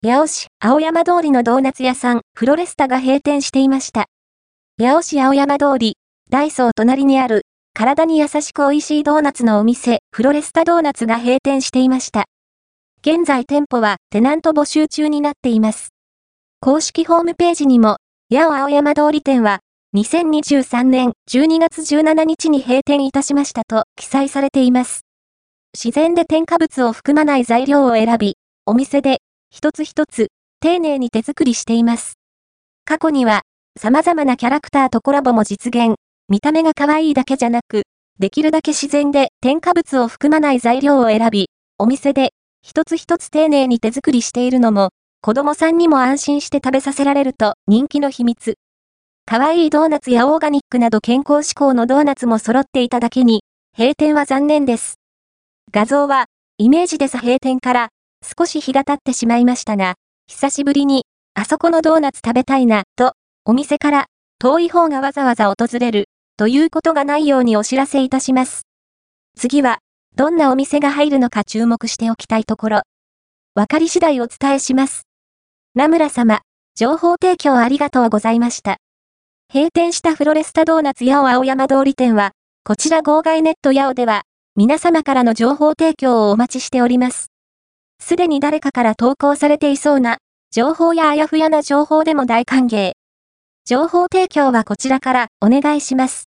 八尾市青山通りのドーナツ屋さん、フロレスタが閉店していました。八尾市青山通り、ダイソー隣にある、体に優しく美味しいドーナツのお店、フロレスタドーナツが閉店していました。現在店舗はテナント募集中になっています。公式ホームページにも、八尾青山通り店は、2023年12月17日に閉店いたしましたと記載されています。自然で添加物を含まない材料を選び、お店で一つ一つ丁寧に手作りしています。過去には様々なキャラクターとコラボも実現。見た目が可愛いだけじゃなく、できるだけ自然で添加物を含まない材料を選び、お店で一つ一つ丁寧に手作りしているのも、子供さんにも安心して食べさせられると人気の秘密。可愛いドーナツやオーガニックなど健康志向のドーナツも揃っていただけに、閉店は残念です。画像は、イメージです閉店から少し日が経ってしまいましたが、久しぶりに、あそこのドーナツ食べたいな、と、お店から遠い方がわざわざ訪れる、ということがないようにお知らせいたします。次は、どんなお店が入るのか注目しておきたいところ。わかり次第お伝えします。名村様、情報提供ありがとうございました。閉店したフロレスタドーナツ八尾青山通り店は、こちら号外ネット八尾では、皆様からの情報提供をお待ちしております。すでに誰かから投稿されていそうな、情報やあやふやな情報でも大歓迎。情報提供はこちらからお願いします。